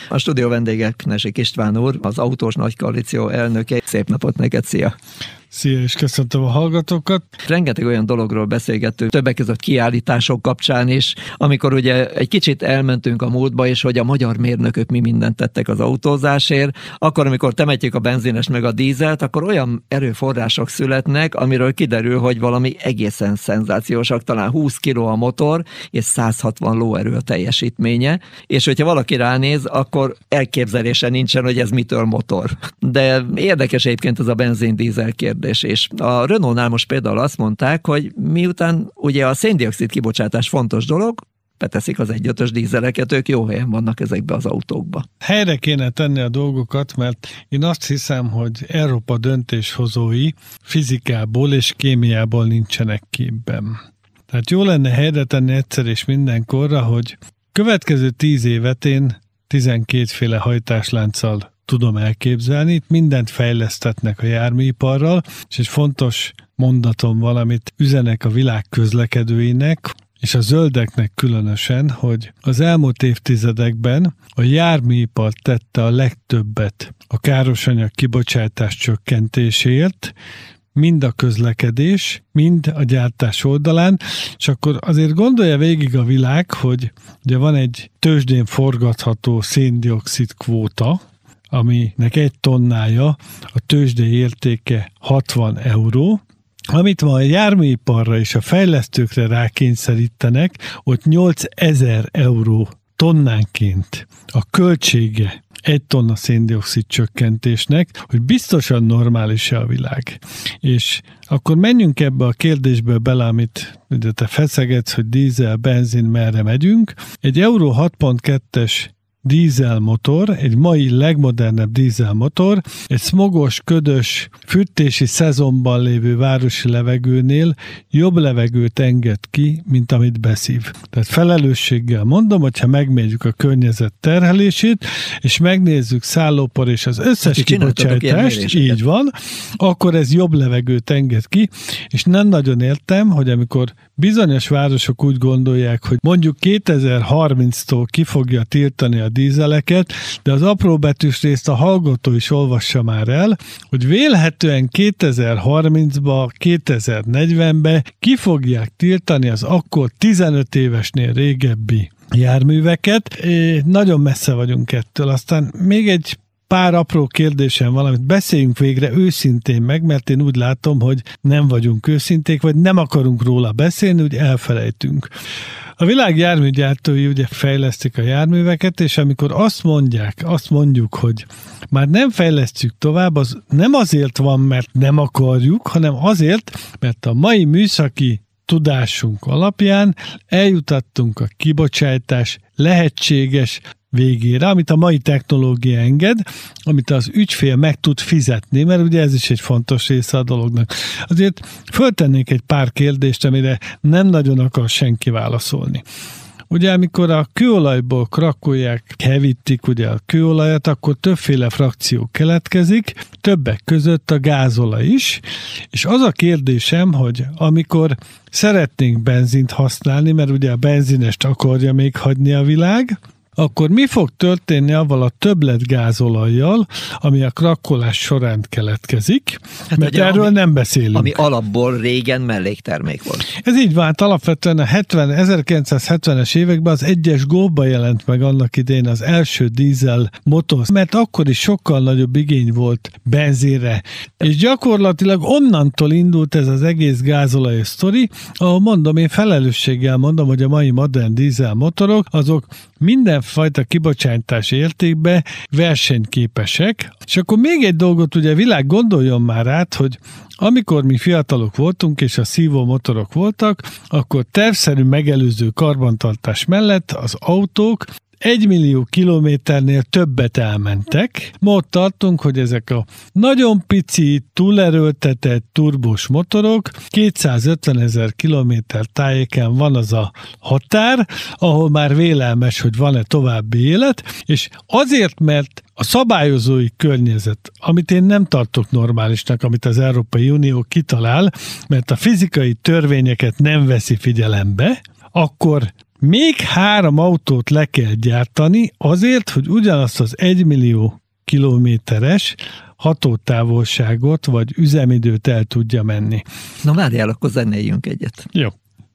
A stúdió vendége Knesik István úr, az Autós Nagy Koalíció elnöke. Szép napot neked, szia! Szia, és köszöntöm a hallgatókat. Rengeteg olyan dologról beszélgettünk, többek között kiállítások kapcsán is, amikor ugye egy kicsit elmentünk a múltba, és hogy a magyar mérnökök mi mindent tettek az autózásért, akkor, amikor temetjük a benzines meg a dízelt, akkor olyan erőforrások születnek, amiről kiderül, hogy valami egészen szenzációsak, talán 20 kg a motor, és 160 lóerő a teljesítménye, és hogyha valaki ránéz, akkor elképzelése nincsen, hogy ez mitől motor. De érdekes egyébként ez a benzin-dízel kérdés. És a Renault-nál most például azt mondták, hogy miután ugye a szén-dioxid kibocsátás fontos dolog, beteszik az 1.5-ös dízeleket, ők jó helyen vannak ezekbe az autókba. Helyre kéne tenni a dolgokat, mert én azt hiszem, hogy Európa döntéshozói fizikából és kémiából nincsenek képben. Tehát jó lenne helyre tenni egyszer és mindenkorra, hogy következő 10 évet én 12 féle hajtáslánccal tudom elképzelni. Itt mindent fejlesztetnek a járműiparral, és egy fontos mondatom valamit üzenek a világ közlekedőinek, és a zöldeknek különösen, hogy az elmúlt évtizedekben a járműipar tette a legtöbbet a károsanyag kibocsátás csökkentéséért, mind a közlekedés, mind a gyártás oldalán, és akkor azért gondolja végig a világ, hogy ugye van egy tőzsdén forgatható szén-dioxid kvóta, aminek 1 tonnája a tőzsdei értéke 60 euró, amit ma a járműiparra és a fejlesztőkre rákényszerítenek, ott 8000 euró tonnánként a költsége 1 tonna szén-dioxid csökkentésnek, hogy biztosan normális-e a világ. És akkor menjünk ebbe a kérdésbe bele, amit ugye te feszegetsz, hogy dízel, benzin, merre megyünk. Egy Euro 6.2-es dízelmotor, egy mai legmodernebb dízelmotor, egy smogos, ködös, fűtési szezonban lévő városi levegőnél jobb levegőt enged ki, mint amit beszív. Tehát felelősséggel mondom, hogyha megmérjük a környezet terhelését, és megnézzük szállópor és az összes kibocsátást, így van, akkor ez jobb levegőt enged ki, és nem nagyon értem, hogy amikor bizonyos városok úgy gondolják, hogy mondjuk 2030-tól ki fogja tiltani a dízeleket, de az apróbetűs részt a hallgató is olvassa már el, hogy vélhetően 2030-ba, 2040-be ki fogják tiltani az akkor 15 évesnél régebbi járműveket. Nagyon messze vagyunk ettől. Aztán még egy pár apró kérdésem valamit beszéljünk végre őszintén meg, mert én úgy látom, hogy nem vagyunk őszinték, vagy nem akarunk róla beszélni, úgy elfelejtünk. A világ járműgyártói ugye fejlesztik a járműveket, és amikor azt mondjuk, hogy már nem fejlesztjük tovább, az nem azért van, mert nem akarjuk, hanem azért, mert a mai műszaki tudásunk alapján eljutattunk a kibocsátás lehetséges végére, amit a mai technológia enged, amit az ügyfél meg tud fizetni, mert ugye ez is egy fontos része a dolognak. Azért föltennék egy pár kérdést, amire nem nagyon akar senki válaszolni. Ugye amikor a kőolajból krakolják, hevítik ugye a kőolajat, akkor többféle frakció keletkezik, többek között a gázolaj is, és az a kérdésem, hogy amikor szeretnénk benzint használni, mert ugye a benzinest akarja még hagyni a világ, akkor mi fog történni avval a többletgázolajjal, ami a krakkolás során keletkezik, hát mert ugye, erről nem beszélünk. Ami alapból régen melléktermék volt. Ez így van, alapvetően a 1970-es években az 1-es Golfban jelent meg annak idején az első dízel motor, mert akkor is sokkal nagyobb igény volt benzinre. És gyakorlatilag onnantól indult ez az egész gázolajos sztori, ahol mondom, én felelősséggel mondom, hogy a mai modern dízel motorok, azok mindenfajta kibocsátás értékben versenyképesek. És akkor még egy dolgot ugye a világ gondoljon már át, hogy amikor mi fiatalok voltunk, és a szívómotorok voltak, akkor tervszerű megelőző karbantartás mellett az autók 1 millió kilométernél többet elmentek. Ma ott tartunk, hogy ezek a nagyon pici, túlerőltetett turbós motorok 250 000 kilométer tájéken van az a határ, ahol már vélelmes, hogy van-e további élet, és azért, mert a szabályozói környezet, amit én nem tartok normálisnak, amit az Európai Unió kitalál, mert a fizikai törvényeket nem veszi figyelembe, akkor még 3 autót le kell gyártani azért, hogy ugyanazt az 1 millió kilométeres hatótávolságot vagy üzemidőt el tudja menni. Na várjál, akkor zenéljünk egyet. Jó.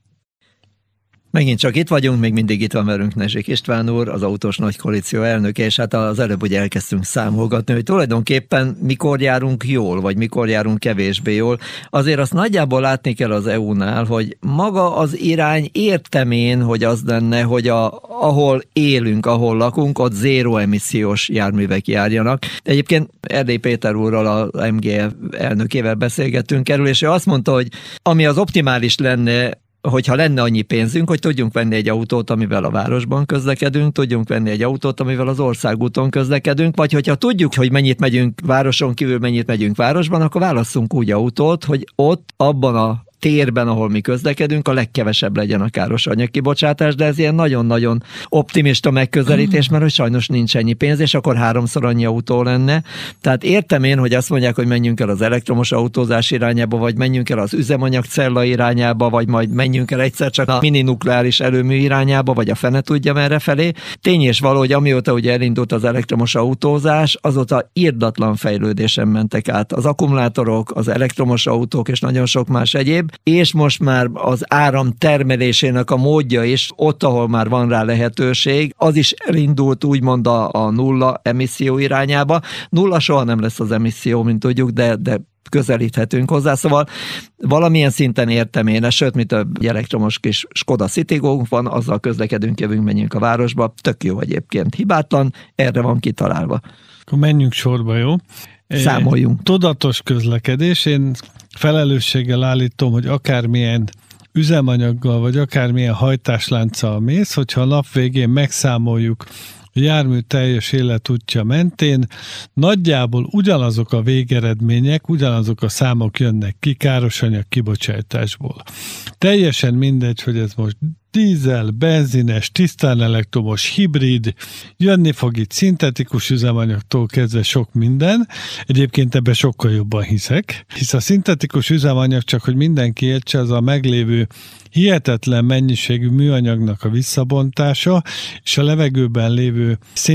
Megint csak itt vagyunk, még mindig itt van velünk Nezsik István úr, az Autós Nagy Koalíció elnöke, és hát az előbb ugye elkezdtünk számolgatni, hogy tulajdonképpen mikor járunk jól, vagy mikor járunk kevésbé jól. Azért azt nagyjából látni kell az EU-nál, hogy maga az irány értem én, hogy az lenne, hogy ahol élünk, ahol lakunk, ott zéró emissziós járművek járjanak. Egyébként Erdély Péter úrral, a MGF elnökével beszélgettünk erről, és ő azt mondta, hogy ami az optimális lenne, hogyha lenne annyi pénzünk, hogy tudjunk venni egy autót, amivel a városban közlekedünk, tudjunk venni egy autót, amivel az országúton közlekedünk, vagy hogyha tudjuk, hogy mennyit megyünk városon kívül, mennyit megyünk városban, akkor válasszunk úgy autót, hogy ott abban a térben, ahol mi közlekedünk, a legkevesebb legyen a káros anyagkibocsátás, de ez ilyen nagyon-nagyon optimista megközelítés, mert hogy sajnos nincs ennyi pénz, és akkor 3-szor annyi autó lenne. Tehát értem én, hogy azt mondják, hogy menjünk el az elektromos autózás irányába, vagy menjünk el az üzemanyagcella irányába, vagy majd menjünk el egyszer csak a mini nukleáris erőmű irányába, vagy a fene tudja merre felé. Tény és való, hogy amióta ugye elindult az elektromos autózás, azóta irdatlan fejlődésen mentek át az akkumulátorok, az elektromos autók és nagyon sok más egyéb, és most már az áram termelésének a módja is, ott, ahol már van rá lehetőség, az is elindult úgymond a nulla emisszió irányába. Nulla soha nem lesz az emisszió, mint tudjuk, de közelíthetünk hozzá, szóval valamilyen szinten értem én, sőt, mi több elektromos kis Skoda Citigo van, azzal közlekedünk, jövünk, menjünk a városba, tök jó egyébként, hibátlan, erre van kitalálva. Akkor menjünk sorba, jó? Számoljunk. Tudatos közlekedés, én felelősséggel állítom, hogy akármilyen üzemanyaggal, vagy akármilyen hajtáslánccal mész, hogyha a nap végén megszámoljuk a jármű teljes életútja mentén, nagyjából ugyanazok a végeredmények, ugyanazok a számok jönnek ki károsanyag kibocsátásból. Teljesen mindegy, hogy ez most dízel, benzines, tisztán elektromos, hibrid, jönni fog itt szintetikus üzemanyagtól kezdve sok minden. Egyébként ebben sokkal jobban hiszek, hisz a szintetikus üzemanyag, csak hogy mindenki értse, az a meglévő hihetetlen mennyiségű műanyagnak a visszabontása, és a levegőben lévő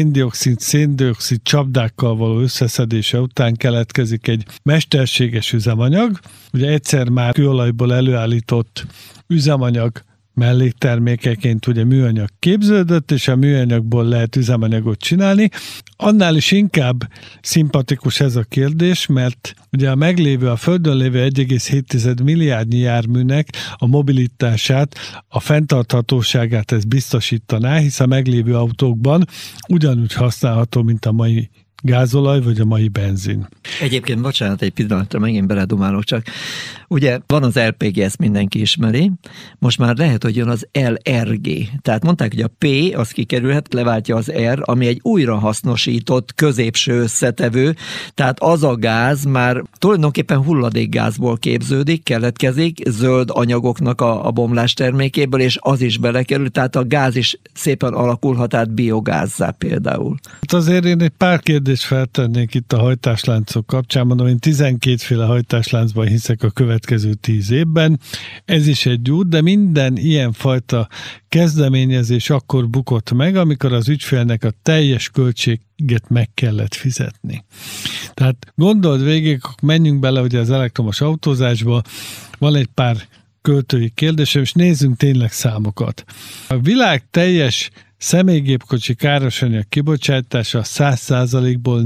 széndioxid csapdákkal való összeszedése után keletkezik egy mesterséges üzemanyag. Ugye egyszer már kőolajból előállított üzemanyag melléktermékeként ugye műanyag képződött, és a műanyagból lehet üzemanyagot csinálni. Annál is inkább szimpatikus ez a kérdés, mert ugye a meglévő, a Földön lévő 1,7 milliárdnyi járműnek a mobilitását, a fenntarthatóságát ez biztosítaná, hisz a meglévő autókban ugyanúgy használható, mint a mai gázolaj, vagy a mai benzin. Egyébként, bocsánat, egy pillanatra megint beledumálok csak. Ugye van az LPG, ezt mindenki ismeri, most már lehet, hogy jön az LRG. Tehát mondták, hogy a P az kikerülhet, leváltja az R, ami egy újrahasznosított középső összetevő, tehát az a gáz már tulajdonképpen hulladékgázból képződik, keletkezik, zöld anyagoknak a bomlás termékéből, és az is belekerül, tehát a gáz is szépen alakulhat át biogázzá például. Hát azért én egy pár kérdést feltennék itt a hajtásláncok kapcsán, mondom, én 12 féle hajtásláncban hiszek a következő 10 évben. Ez is egy út, de minden ilyenfajta kezdeményezés akkor bukott meg, amikor az ügyfélnek a teljes költséget meg kellett fizetni. Tehát gondold végig, menjünk bele ugye az elektromos autózásba, van egy pár költői kérdésem, és nézzünk tényleg számokat. A világ teljes személygépkocsi károsanyag kibocsátása 100%-ból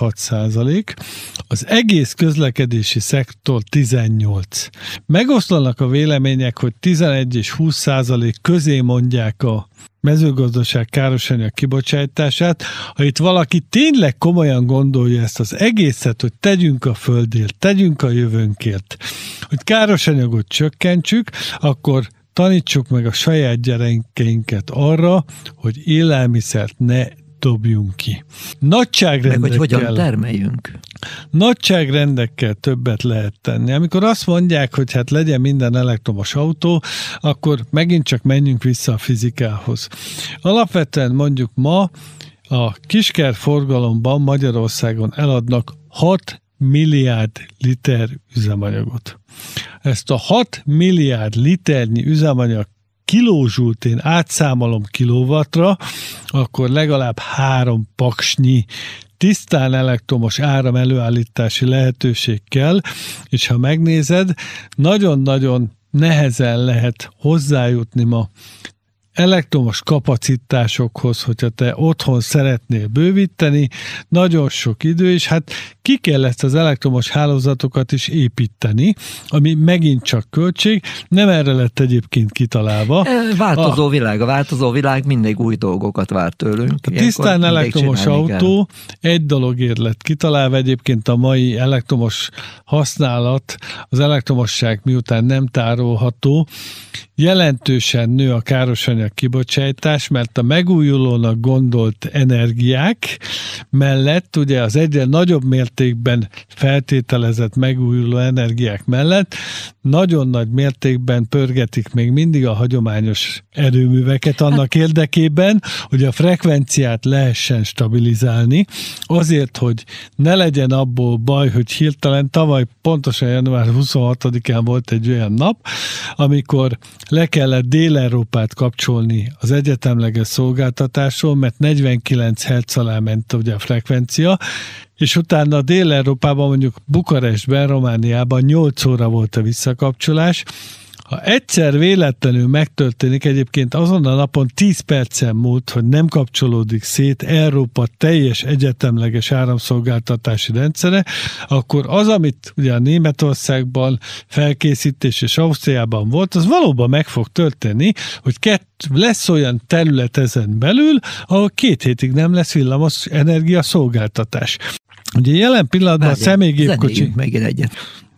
4-6%, az egész közlekedési szektor 18. Megoszlanak a vélemények, hogy 11 és 20% közé mondják a mezőgazdaság károsanyag kibocsátását. Ha itt valaki tényleg komolyan gondolja ezt az egészet, hogy tegyünk a földért, tegyünk a jövőnkért, hogy károsanyagot csökkentsük, akkor tanítsuk meg a saját gyerekeinket arra, hogy élelmiszert ne dobjunk ki. Nagyságrendekkel, meg hogy hogyan termeljünk. Nagyságrendekkel többet lehet tenni. Amikor azt mondják, hogy hát legyen minden elektromos autó, akkor megint csak menjünk vissza a fizikához. Alapvetően mondjuk ma a kiskerforgalomban Magyarországon eladnak 6 milliárd liter üzemanyagot. Ezt a 6 milliárd liternyi üzemanyag kilózsult én átszámolom kilowattra, akkor legalább 3 paksnyi tisztán elektromos áram előállítási lehetőség kell, és ha megnézed, nagyon-nagyon nehezen lehet hozzájutni ma elektromos kapacitásokhoz, hogyha te otthon szeretnél bővíteni, nagyon sok idő, és hát ki kell ezt az elektromos hálózatokat is építeni, ami megint csak költség, nem erre lett egyébként kitalálva. Változó világ mindig új dolgokat vár tőlünk. A tisztán elektromos autó egy dologért lett kitalálva, egyébként a mai elektromos használat, az elektromosság miután nem tárolható, jelentősen nő a károsanyag kibocsátás, mert a megújulónak gondolt energiák mellett, ugye az egyre nagyobb mértékben feltételezett megújuló energiák mellett nagyon nagy mértékben pörgetik még mindig a hagyományos erőműveket annak érdekében, hogy a frekvenciát lehessen stabilizálni, azért, hogy ne legyen abból baj, hogy hirtelen tavaly pontosan január 26-án volt egy olyan nap, amikor le kellett Dél-Európát kapcsolni az egyetemleges szolgáltatásról, mert 49 Hz alá ment ugye a frekvencia, és utána Dél-Európában, mondjuk Bukarestben, Romániában 8 óra volt a visszakapcsolás. Ha egyszer véletlenül megtörténik, egyébként azon a napon 10 percen múlt, hogy nem kapcsolódik szét Európa teljes egyetemleges áramszolgáltatási rendszere, akkor az, amit ugye a Németországban felkészítés és Ausztriában volt, az valóban meg fog történni, hogy lesz olyan terület ezen belül, ahol 2 hétig nem lesz villamos energia szolgáltatás. Ugye jelen pillanatban a személygépkocsi... Megint egyet.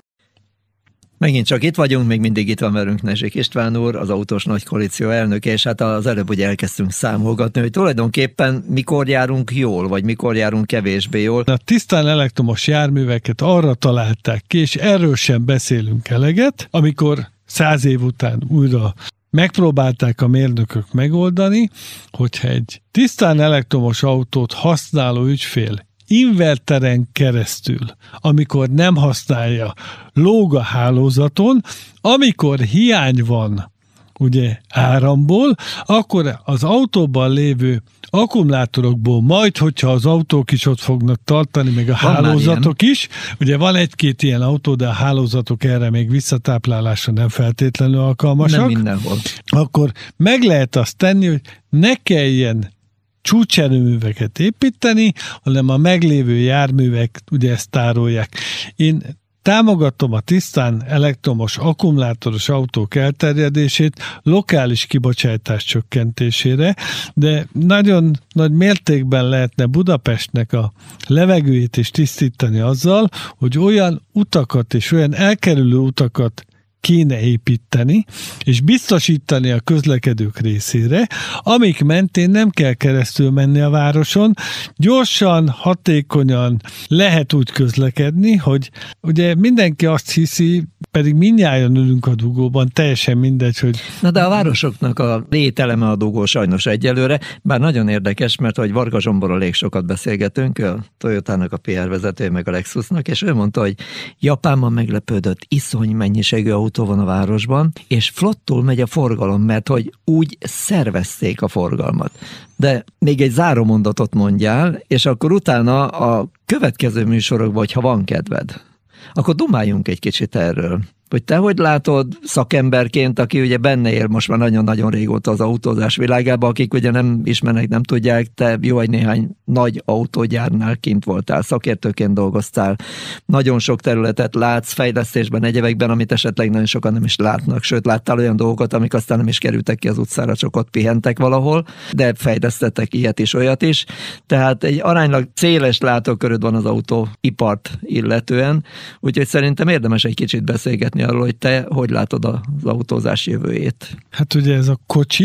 Megint csak itt vagyunk, még mindig itt van velünk Nezsik István úr, az Autós Nagy Koalíció elnöke, és hát az előbb ugye elkezdtünk számolgatni, hogy tulajdonképpen mikor járunk jól, vagy mikor járunk kevésbé jól. A tisztán elektromos járműveket arra találták ki, és erről sem beszélünk eleget, amikor 100 év után újra megpróbálták a mérnökök megoldani, hogyha egy tisztán elektromos autót használó ügyfél inverteren keresztül, amikor nem használja, lóg a hálózaton, amikor hiány van ugye áramból, akkor az autóban lévő akkumulátorokból majd, hogyha az autók is ott fognak tartani, meg a hálózatok is, ugye van egy-két ilyen autó, de a hálózatok erre még visszatáplálásra nem feltétlenül alkalmasak. Nem mindenhol. Akkor meg lehet azt tenni, hogy ne kelljen csúcserőműveket építeni, hanem a meglévő járművek ugye ezt tárolják. Én támogatom a tisztán elektromos akkumulátoros autók elterjedését lokális kibocsátás csökkentésére, de nagyon nagy mértékben lehetne Budapestnek a levegőjét is tisztítani azzal, hogy olyan utakat és olyan elkerülő utakat kéne építeni, és biztosítani a közlekedők részére, amik mentén nem kell keresztül menni a városon. Gyorsan, hatékonyan lehet úgy közlekedni, hogy ugye mindenki azt hiszi, pedig mindnyájan ülünk a dugóban, teljesen mindegy, hogy... Na de a városoknak a lételeme a dugó sajnos egyelőre, bár nagyon érdekes, mert hogy Varga Zsomborral elég sokat beszélgetünk, a Toyotának a PR vezetője, meg a Lexusnak, és ő mondta, hogy Japánban meglepődött, iszony mennyiségű autó van a városban, és flottul megy a forgalom, mert hogy úgy szervezték a forgalmat. De még egy zárómondatot mondjál, és akkor utána a következő műsorokban, hogyha van kedved, akkor dumáljunk egy kicsit erről. Hogy te hogy látod szakemberként, aki ugye benne él most már nagyon-nagyon régóta az autózás világában, akik ugye nem ismernek, nem tudják, te jó egy néhány nagy autógyárnál kint voltál, szakértőként dolgoztál, nagyon sok területet látsz fejlesztésben, egyebekben, amit esetleg nagyon sokan nem is látnak, sőt láttál olyan dolgokat, amik aztán nem is kerültek ki az utcára, csak ott pihentek valahol, de fejlesztettek ilyet is, olyat is. Tehát egy aránylag széles látóköröd van az autóipart illetően, úgyhogy szerintem érdemes egy kicsit beszélgetni arról, hogy te hogy látod az autózás jövőjét. Hát ugye ez a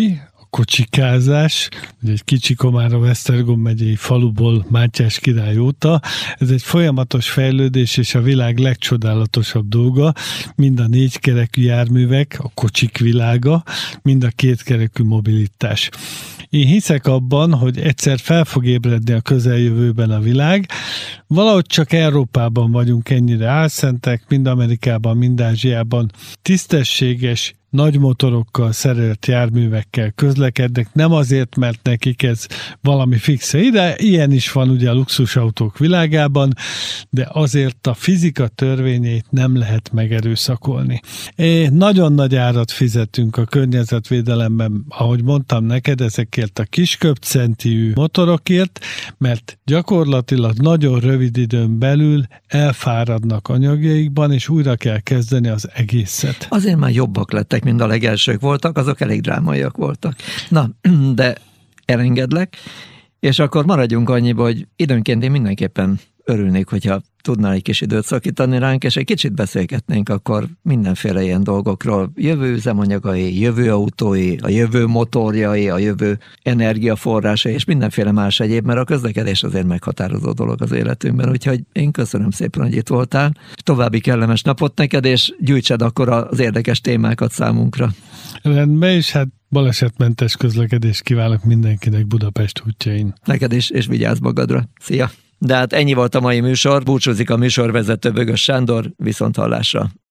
kocsikázás, ugye egy kicsi Komárom-Esztergom megyei faluból Mátyás király óta, ez egy folyamatos fejlődés és a világ legcsodálatosabb dolga, mind a 4 kerekű járművek, a kocsik világa, mind a 2 kerekű mobilitás. Én hiszek abban, hogy egyszer fel fog ébredni a közeljövőben a világ. Valahogy csak Európában vagyunk ennyire álszentek, mind Amerikában, mind Ázsiában. Tisztességes, nagy motorokkal szerelt járművekkel közlekednek, nem azért, mert nekik ez valami fixe ide, ilyen is van ugye a luxusautók világában, de azért a fizika törvényeit nem lehet megerőszakolni. Nagyon nagy árat fizetünk a környezetvédelemben, ahogy mondtam neked, ezekért a kisköpcentijű motorokért, mert gyakorlatilag nagyon rövid időn belül elfáradnak anyagjaikban, és újra kell kezdeni az egészet. Azért már jobbak lettek, mint a legelsők voltak, azok elég drámaiak voltak. Na, de elengedlek, és akkor maradjunk annyiba, hogy időnként én mindenképpen örülnék, hogyha tudnál egy kis időt szakítani ránk, és egy kicsit beszélgetnénk akkor mindenféle ilyen dolgokról, jövő üzemanyagai, jövő autói, a jövő motorjai, a jövő energiaforrásai, és mindenféle más egyéb, mert a közlekedés azért meghatározó dolog az életünkben, úgyhogy én köszönöm szépen, hogy itt voltál. További kellemes napot neked, és gyűjtsed akkor az érdekes témákat számunkra. Rendben, és hát balesetmentes közlekedést kívánok mindenkinek Budapest útjain. Neked is, és vigyázz magadra. Szia! De hát ennyi volt a mai műsor, búcsúzik a műsorvezető Bögös Sándor, viszonthallásra.